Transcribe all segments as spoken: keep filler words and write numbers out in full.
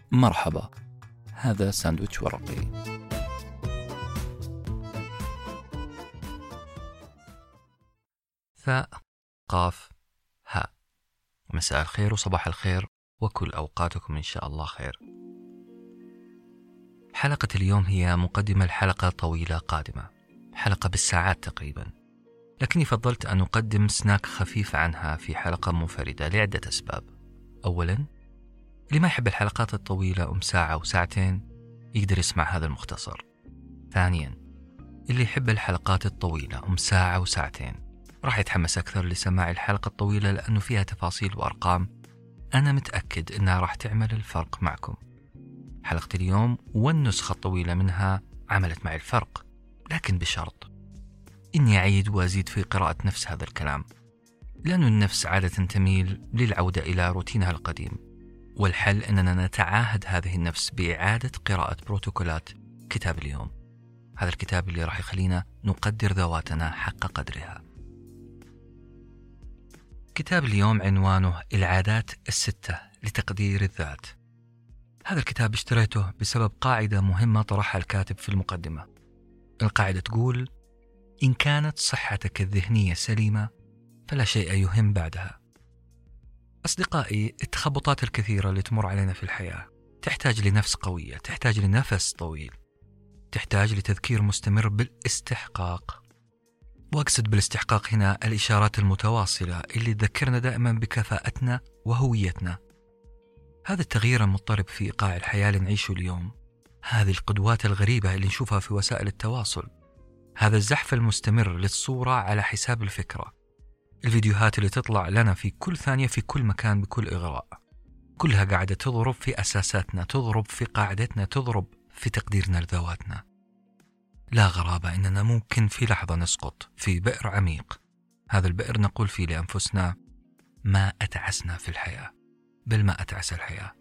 مرحبا، هذا ساندويتش ورقي. ثاء قاف هاء. مساء الخير وصباح الخير وكل أوقاتكم إن شاء الله خير. حلقة اليوم هي مقدمة لحلقة طويلة قادمة، حلقة بالساعات تقريبا، لكني فضلت أن أقدم سناك خفيف عنها في حلقة منفردة لعدة أسباب. أولا، اللي ما يحب الحلقات الطويلة أم ساعة وساعتين يقدر يسمع هذا المختصر. ثانيا، اللي يحب الحلقات الطويلة أم ساعة وساعتين راح يتحمس أكثر لسماع الحلقة الطويلة لأنه فيها تفاصيل وأرقام أنا متأكد أنها راح تعمل الفرق معكم. حلقة اليوم والنسخة الطويلة منها عملت معي الفرق، لكن بشرط إني أعيد وأزيد في قراءة نفس هذا الكلام، لأن النفس عادة تميل للعودة إلى روتينها القديم، والحل أننا نتعاهد هذه النفس بإعادة قراءة بروتوكولات كتاب اليوم. هذا الكتاب اللي راح يخلينا نقدر ذواتنا حق قدرها. كتاب اليوم عنوانه العادات الستة لتقدير الذات. هذا الكتاب اشتريته بسبب قاعدة مهمة طرحها الكاتب في المقدمة. القاعدة تقول: إن كانت صحتك الذهنية سليمة فلا شيء يهم بعدها. أصدقائي، التخبطات الكثيرة اللي تمر علينا في الحياة تحتاج لنفس قوية، تحتاج لنفس طويل، تحتاج لتذكير مستمر بالاستحقاق. وأقصد بالاستحقاق هنا الإشارات المتواصلة اللي تذكرنا دائما بكفاءتنا وهويتنا. هذا التغيير المضطرب في إيقاع الحياة اللي نعيشه اليوم، هذه القدوات الغريبة اللي نشوفها في وسائل التواصل، هذا الزحف المستمر للصورة على حساب الفكرة، الفيديوهات اللي تطلع لنا في كل ثانية في كل مكان بكل إغراء، كلها قاعدة تضرب في أساساتنا، تضرب في قاعدتنا، تضرب في تقديرنا لذواتنا. لا غرابة إننا ممكن في لحظة نسقط في بئر عميق. هذا البئر نقول فيه لأنفسنا: ما أتعسنا في الحياة، بل ما أتعس الحياة.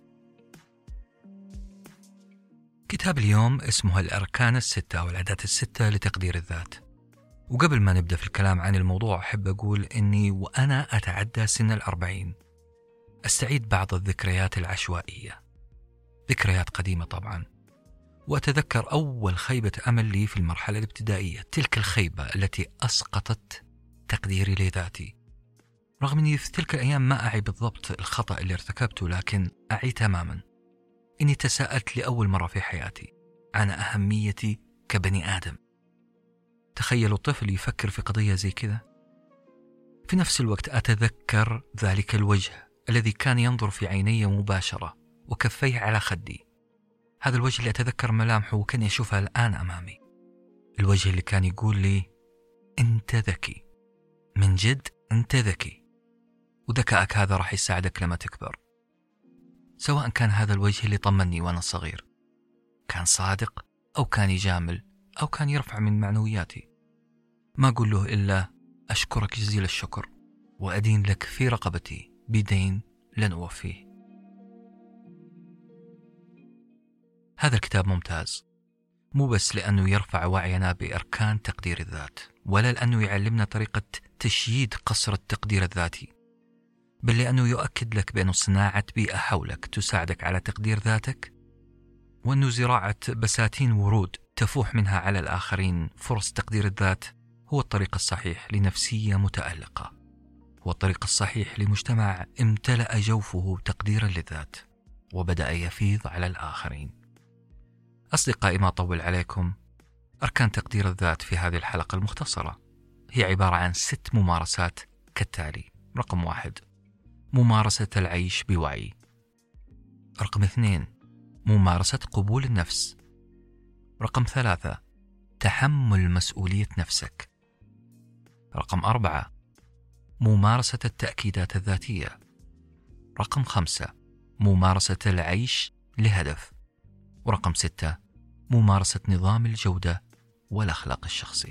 كتاب اليوم اسمه الأركان الستة والعادات الستة لتقدير الذات. وقبل ما نبدأ في الكلام عن الموضوع أحب أقول إني وأنا أتعدى سن الأربعين أستعيد بعض الذكريات العشوائية، ذكريات قديمة طبعا، وأتذكر أول خيبة أمل لي في المرحلة الابتدائية، تلك الخيبة التي أسقطت تقديري لذاتي. رغم أني في تلك الأيام ما أعي بالضبط الخطأ اللي ارتكبته، لكن أعي تماما إني تساءلت لأول مرة في حياتي عن أهميتي كبني آدم. تخيلوا طفل يفكر في قضية زي كذا. في نفس الوقت أتذكر ذلك الوجه الذي كان ينظر في عيني مباشرة وكفيه على خدي، هذا الوجه اللي أتذكر ملامحه وكان يشوفها الآن أمامي، الوجه اللي كان يقول لي: أنت ذكي، من جد أنت ذكي، وذكائك هذا راح يساعدك لما تكبر. سواء كان هذا الوجه اللي طمني وأنا صغير كان صادق أو كان يجامل أو كان يرفع من معنوياتي، ما أقول له إلا: أشكرك جزيل الشكر وأدين لك في رقبتي بدين لن أوفيه. هذا الكتاب ممتاز، مو بس لأنه يرفع وعينا بأركان تقدير الذات، ولا لأنه يعلمنا طريقة تشييد قصر التقدير الذاتي، بل لأنه يؤكد لك بأن صناعة بيئة حولك تساعدك على تقدير ذاتك، وأنه زراعة بساتين ورود تفوح منها على الآخرين فرص تقدير الذات هو الطريق الصحيح لنفسية متألقة، هو الطريق الصحيح لمجتمع امتلأ جوفه تقديرا للذات وبدأ يفيض على الآخرين. أصدقائي، ما أطول عليكم، أركان تقدير الذات في هذه الحلقة المختصرة هي عبارة عن ست ممارسات كالتالي. رقم واحد: ممارسة العيش بوعي. رقم اثنين: ممارسة قبول النفس. رقم ثلاثة: تحمل مسؤولية نفسك. رقم أربعة: ممارسة التأكيدات الذاتية. رقم خمسة: ممارسة العيش لهدف. ورقم ستة: ممارسة نظام الجودة والأخلاق الشخصي.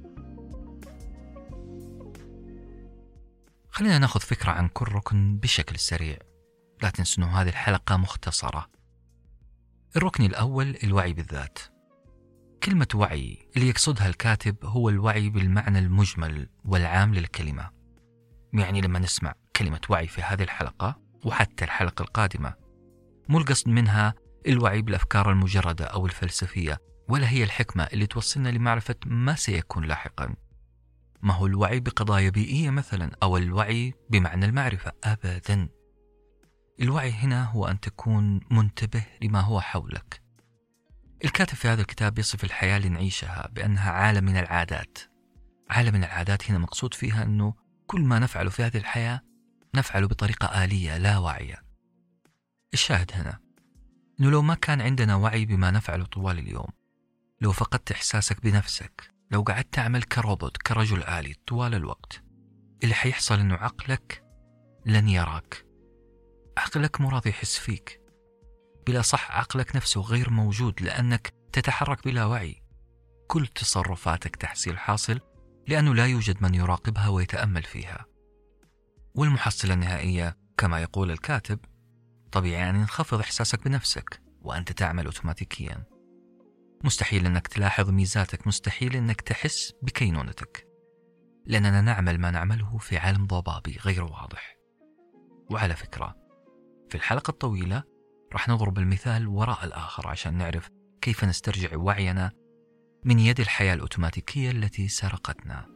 خلينا ناخذ فكرة عن كل ركن بشكل سريع، لا تنسوا أن هذه الحلقة مختصرة. الركن الأول: الوعي بالذات. كلمة وعي اللي يقصدها الكاتب هو الوعي بالمعنى المجمل والعام للكلمة. يعني لما نسمع كلمة وعي في هذه الحلقة وحتى الحلقة القادمة، مو القصد منها الوعي بالأفكار المجردة أو الفلسفية، ولا هي الحكمة اللي توصلنا لمعرفة ما سيكون لاحقا. ما هو الوعي بقضايا بيئية مثلا، أو الوعي بمعنى المعرفة، أبدا. الوعي هنا هو أن تكون منتبه لما هو حولك. الكاتب في هذا الكتاب يصف الحياة اللي نعيشها بأنها عالم من العادات. عالم من العادات هنا مقصود فيها أنه كل ما نفعله في هذه الحياة نفعله بطريقة آلية لا واعية. الشاهد هنا أنه لو ما كان عندنا وعي بما نفعله طوال اليوم، لو فقدت إحساسك بنفسك، لو قعدت تعمل كروبوت كرجل آلي طوال الوقت، اللي حيحصل أنه عقلك لن يراك. عقلك مو راضي يحس فيك، بلا صح عقلك نفسه غير موجود، لأنك تتحرك بلا وعي. كل تصرفاتك تحصيل حاصل لأنه لا يوجد من يراقبها ويتأمل فيها. والمحصلة النهائية كما يقول الكاتب، طبيعي أن ينخفض إحساسك بنفسك وأنت تعمل أوتوماتيكيا. مستحيل أنك تلاحظ ميزاتك، مستحيل أنك تحس بكينونتك، لأننا نعمل ما نعمله في عالم ضبابي غير واضح. وعلى فكرة، في الحلقة الطويلة راح نضرب المثال وراء الآخر عشان نعرف كيف نسترجع وعينا من يد الحياة الأوتوماتيكية التي سرقتنا.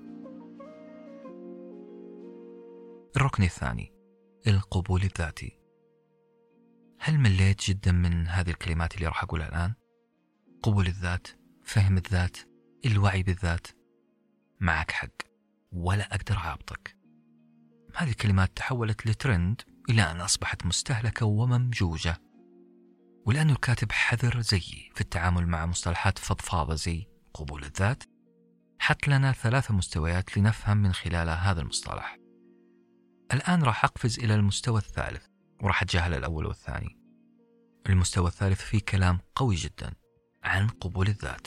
الركن الثاني، القبول الذاتي. هل مليت جدا من هذه الكلمات اللي راح أقولها الآن؟ قبول الذات، فهم الذات، الوعي بالذات. معك حق، ولا أقدر أعبطك. هذه الكلمات تحولت لترند إلى أن أصبحت مستهلكة وممجوجة. ولأنه الكاتب حذر زيي في التعامل مع مصطلحات فضفاضة زي قبول الذات، حط لنا ثلاث مستويات لنفهم من خلالها هذا المصطلح. الآن راح أقفز إلى المستوى الثالث وراح أتجاهل الأول والثاني. المستوى الثالث فيه كلام قوي جدا عن قبول الذات.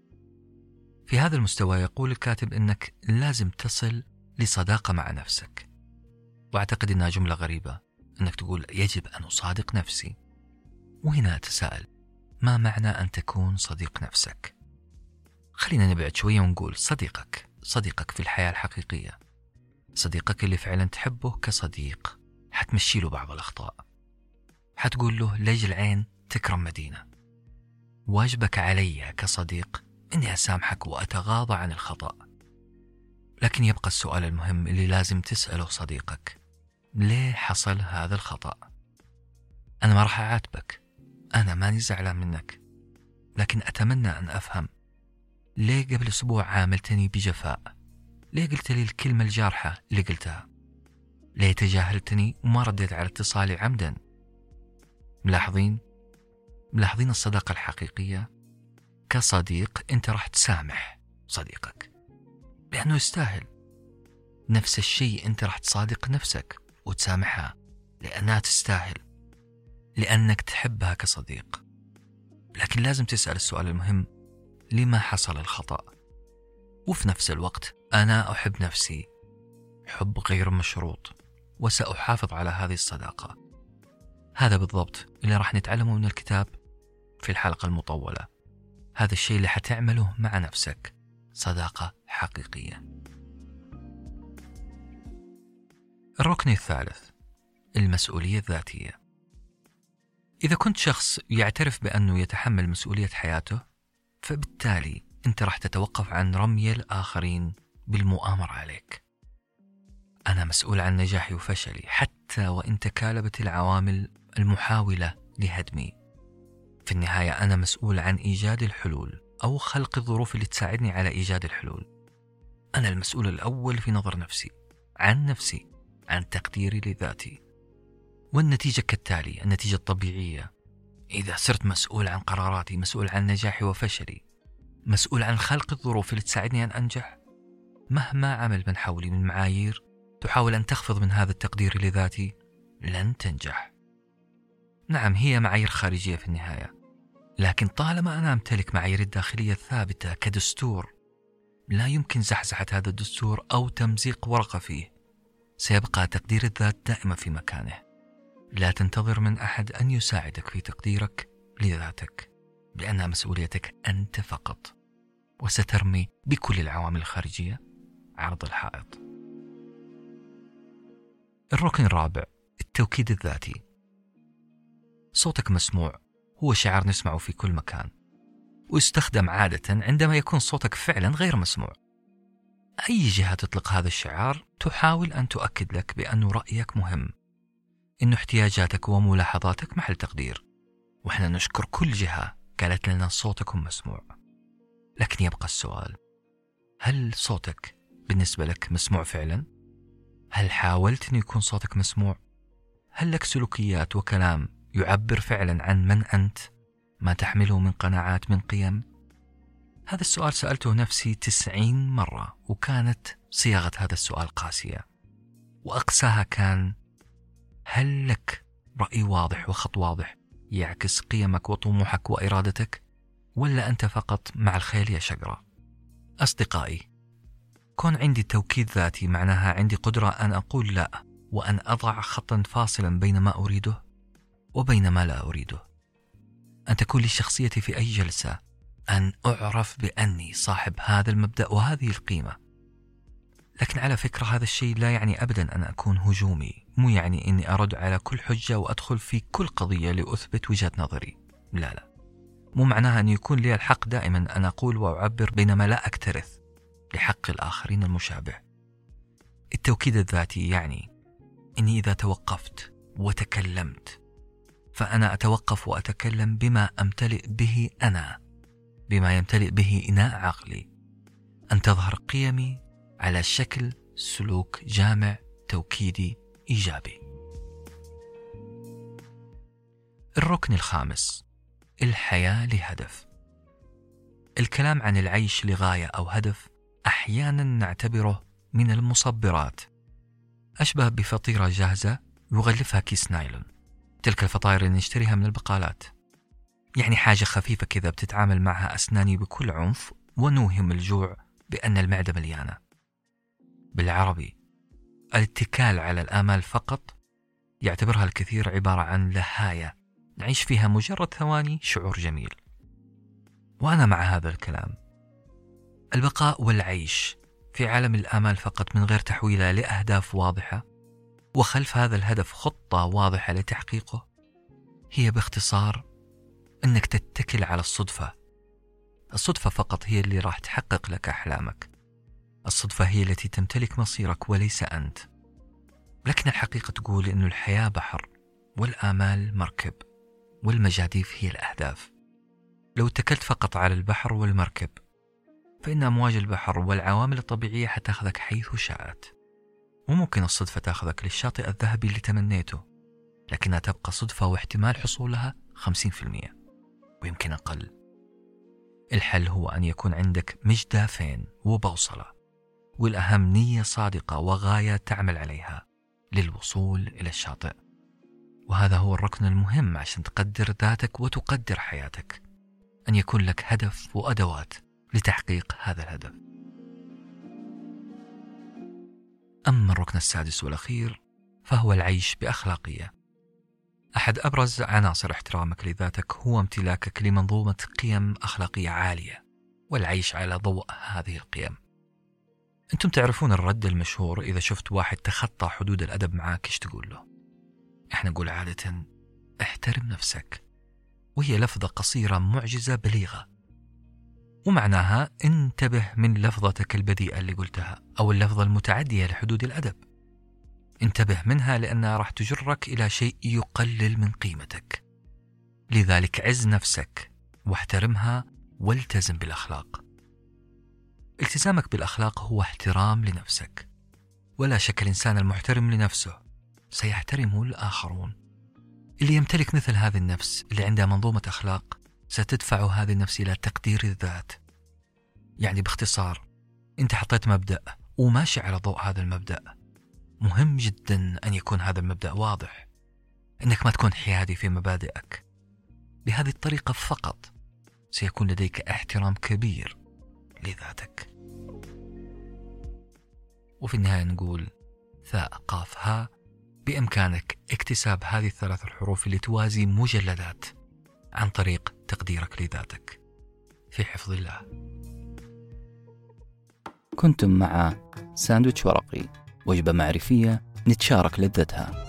في هذا المستوى يقول الكاتب أنك لازم تصل لصداقة مع نفسك. وأعتقد أنها جملة غريبة أنك تقول يجب أن أصادق نفسي. وهنا أتساءل، ما معنى أن تكون صديق نفسك؟ خلينا نبعد شوية ونقول صديقك، صديقك في الحياة الحقيقية، صديقك اللي فعلا تحبه كصديق. حتمشي له بعض الأخطاء، حتقول له لجل العين تكرم مدينة. واجبك علي كصديق أني أسامحك وأتغاضى عن الخطأ. لكن يبقى السؤال المهم اللي لازم تسأله صديقك، ليه حصل هذا الخطأ؟ أنا ما راح أعاتبك، أنا ماني زعلان منك، لكن أتمنى أن أفهم ليه قبل أسبوع عاملتني بجفاء؟ ليه قلت لي الكلمة الجارحة اللي قلتها؟ ليه تجاهلتني وما رديت على اتصالي عمدا؟ ملاحظين؟ ملاحظين الصداقة الحقيقية؟ كصديق أنت راح تسامح صديقك لأنه يستاهل. نفس الشيء أنت راح تصادق نفسك وتسامحها لأنها تستاهل، لأنك تحبها كصديق. لكن لازم تسأل السؤال المهم، لما حصل الخطأ؟ وفي نفس الوقت أنا أحب نفسي حب غير مشروط، وسأحافظ على هذه الصداقة. هذا بالضبط اللي راح نتعلمه من الكتاب في الحلقة المطولة. هذا الشيء اللي حتعمله مع نفسك، صداقة حقيقية. الركن الثالث، المسؤولية الذاتية. إذا كنت شخص يعترف بأنه يتحمل مسؤولية حياته، فبالتالي أنت راح تتوقف عن رمي الآخرين بالمؤامرة عليك. أنا مسؤول عن نجاحي وفشلي حتى وإن تكالبت العوامل المحاولة لهدمي. في النهاية أنا مسؤول عن إيجاد الحلول أو خلق الظروف اللي تساعدني على إيجاد الحلول. أنا المسؤول الأول في نظر نفسي، عن نفسي، عن تقديري لذاتي. والنتيجة كالتالي، النتيجة الطبيعية، إذا صرت مسؤول عن قراراتي، مسؤول عن نجاحي وفشلي، مسؤول عن خلق الظروف اللي تساعدني أن أنجح، مهما عمل من حولي من معايير تحاول أن تخفض من هذا التقدير لذاتي، لن تنجح. نعم، هي معايير خارجية في النهاية، لكن طالما أنا أمتلك معايير الداخلية الثابتة كدستور لا يمكن زحزحة هذا الدستور أو تمزيق ورقة فيه، سيبقى تقدير الذات دائما في مكانه. لا تنتظر من أحد أن يساعدك في تقديرك لذاتك، لأنها مسؤوليتك أنت فقط، وسترمي بكل العوامل الخارجية عرض الحائط. الركن الرابع، التوكيد الذاتي. صوتك مسموع هو شعار نسمعه في كل مكان، ويستخدم عادة عندما يكون صوتك فعلا غير مسموع. أي جهة تطلق هذا الشعار تحاول أن تؤكد لك بأن رأيك مهم، إن احتياجاتك وملاحظاتك محل تقدير. وإحنا نشكر كل جهة قالت لنا صوتكم مسموع. لكن يبقى السؤال، هل صوتك بالنسبة لك مسموع فعلا؟ هل حاولت أن يكون صوتك مسموع؟ هل لك سلوكيات وكلام يعبر فعلا عن من أنت، ما تحمله من قناعات، من قيم؟ هذا السؤال سألته نفسي تسعين مرة، وكانت صياغة هذا السؤال قاسية، وأقساها كان: هل لك رأي واضح وخط واضح يعكس قيمك وطموحك وإرادتك، ولا أنت فقط مع الخيل يا شقرة؟ أصدقائي، كون عندي توكيد ذاتي معناها عندي قدرة أن أقول لا، وأن أضع خطا فاصلا بين ما أريده وبين ما لا أريده. أن تكون لي شخصيتي في أي جلسة، أن أعرف بأني صاحب هذا المبدأ وهذه القيمة. لكن على فكرة هذا الشيء لا يعني أبدا أن أكون هجومي، مو يعني أني أرد على كل حجة وأدخل في كل قضية لأثبت وجهة نظري. لا لا، مو معناها أن يكون لي الحق دائما أن أقول وأعبر بينما لا أكترث لحق الآخرين المشابه. التوكيد الذاتي يعني أني إذا توقفت وتكلمت فأنا أتوقف وأتكلم بما أمتلئ به أنا، بما يمتلئ به إناء عقلي، أن تظهر قيمي على شكل سلوك جامع توكيدي إيجابي. الركن الخامس: الحياة لهدف. الكلام عن العيش لغاية أو هدف أحيانا نعتبره من المصبرات، أشبه بفطيرة جاهزة يغلفها كيس نايلون، تلك الفطائر اللي نشتريها من البقالات. يعني حاجة خفيفة كذا بتتعامل معها أسناني بكل عنف ونوهم الجوع بأن المعدة مليانة. بالعربي، الاتكال على الآمال فقط يعتبرها الكثير عبارة عن لهاية نعيش فيها مجرد ثواني شعور جميل. وأنا مع هذا الكلام. البقاء والعيش في عالم الآمال فقط من غير تحويلها لأهداف واضحة وخلف هذا الهدف خطة واضحة لتحقيقه، هي باختصار أنك تتكل على الصدفة. الصدفة فقط هي اللي راح تحقق لك أحلامك. الصدفة هي التي تمتلك مصيرك وليس أنت. لكن الحقيقة تقول أن الحياة بحر، والآمال مركب، والمجاديف هي الأهداف. لو اتكلت فقط على البحر والمركب فإن أمواج البحر والعوامل الطبيعية حتاخذك حيث شاءت، وممكن الصدفة تاخذك للشاطئ الذهبي اللي تمنيته، لكنها تبقى صدفة واحتمال حصولها خمسين بالمئة ويمكن أقل. الحل هو أن يكون عندك مجدافين وبوصلة، والأهم نية صادقة وغاية تعمل عليها للوصول إلى الشاطئ. وهذا هو الركن المهم عشان تقدر ذاتك وتقدر حياتك، أن يكون لك هدف وأدوات لتحقيق هذا الهدف. أما الركن السادس والأخير فهو العيش بأخلاقية. أحد أبرز عناصر احترامك لذاتك هو امتلاكك لمنظومة قيم أخلاقية عالية والعيش على ضوء هذه القيم. أنتم تعرفون الرد المشهور إذا شفت واحد تخطى حدود الأدب معاك إيش تقول له؟ إحنا نقول عادة احترم نفسك، وهي لفظة قصيرة معجزة بليغة، ومعناها انتبه من لفظتك البذيئة اللي قلتها أو اللفظة المتعدية لحدود الأدب. انتبه منها لأنها راح تجرك إلى شيء يقلل من قيمتك. لذلك عز نفسك واحترمها والتزم بالأخلاق. التزامك بالأخلاق هو احترام لنفسك، ولا شك الإنسان المحترم لنفسه سيحترمه الآخرون. اللي يمتلك مثل هذه النفس اللي عندها منظومة أخلاق ستدفع هذه النفس إلى تقدير الذات. يعني باختصار، أنت حطيت مبدأ وماشي على ضوء هذا المبدأ. مهم جدا أن يكون هذا المبدأ واضح، أنك ما تكون حيادي في مبادئك. بهذه الطريقة فقط سيكون لديك احترام كبير لذاتك. وفي النهاية نقول ثاء قاف ها، بإمكانك اكتساب هذه الثلاث الحروف اللي توازي مجلدات عن طريق تقديرك لذاتك. في حفظ الله. كنتم مع ساندويتش ورقي، وجبة معرفية نتشارك لذتها.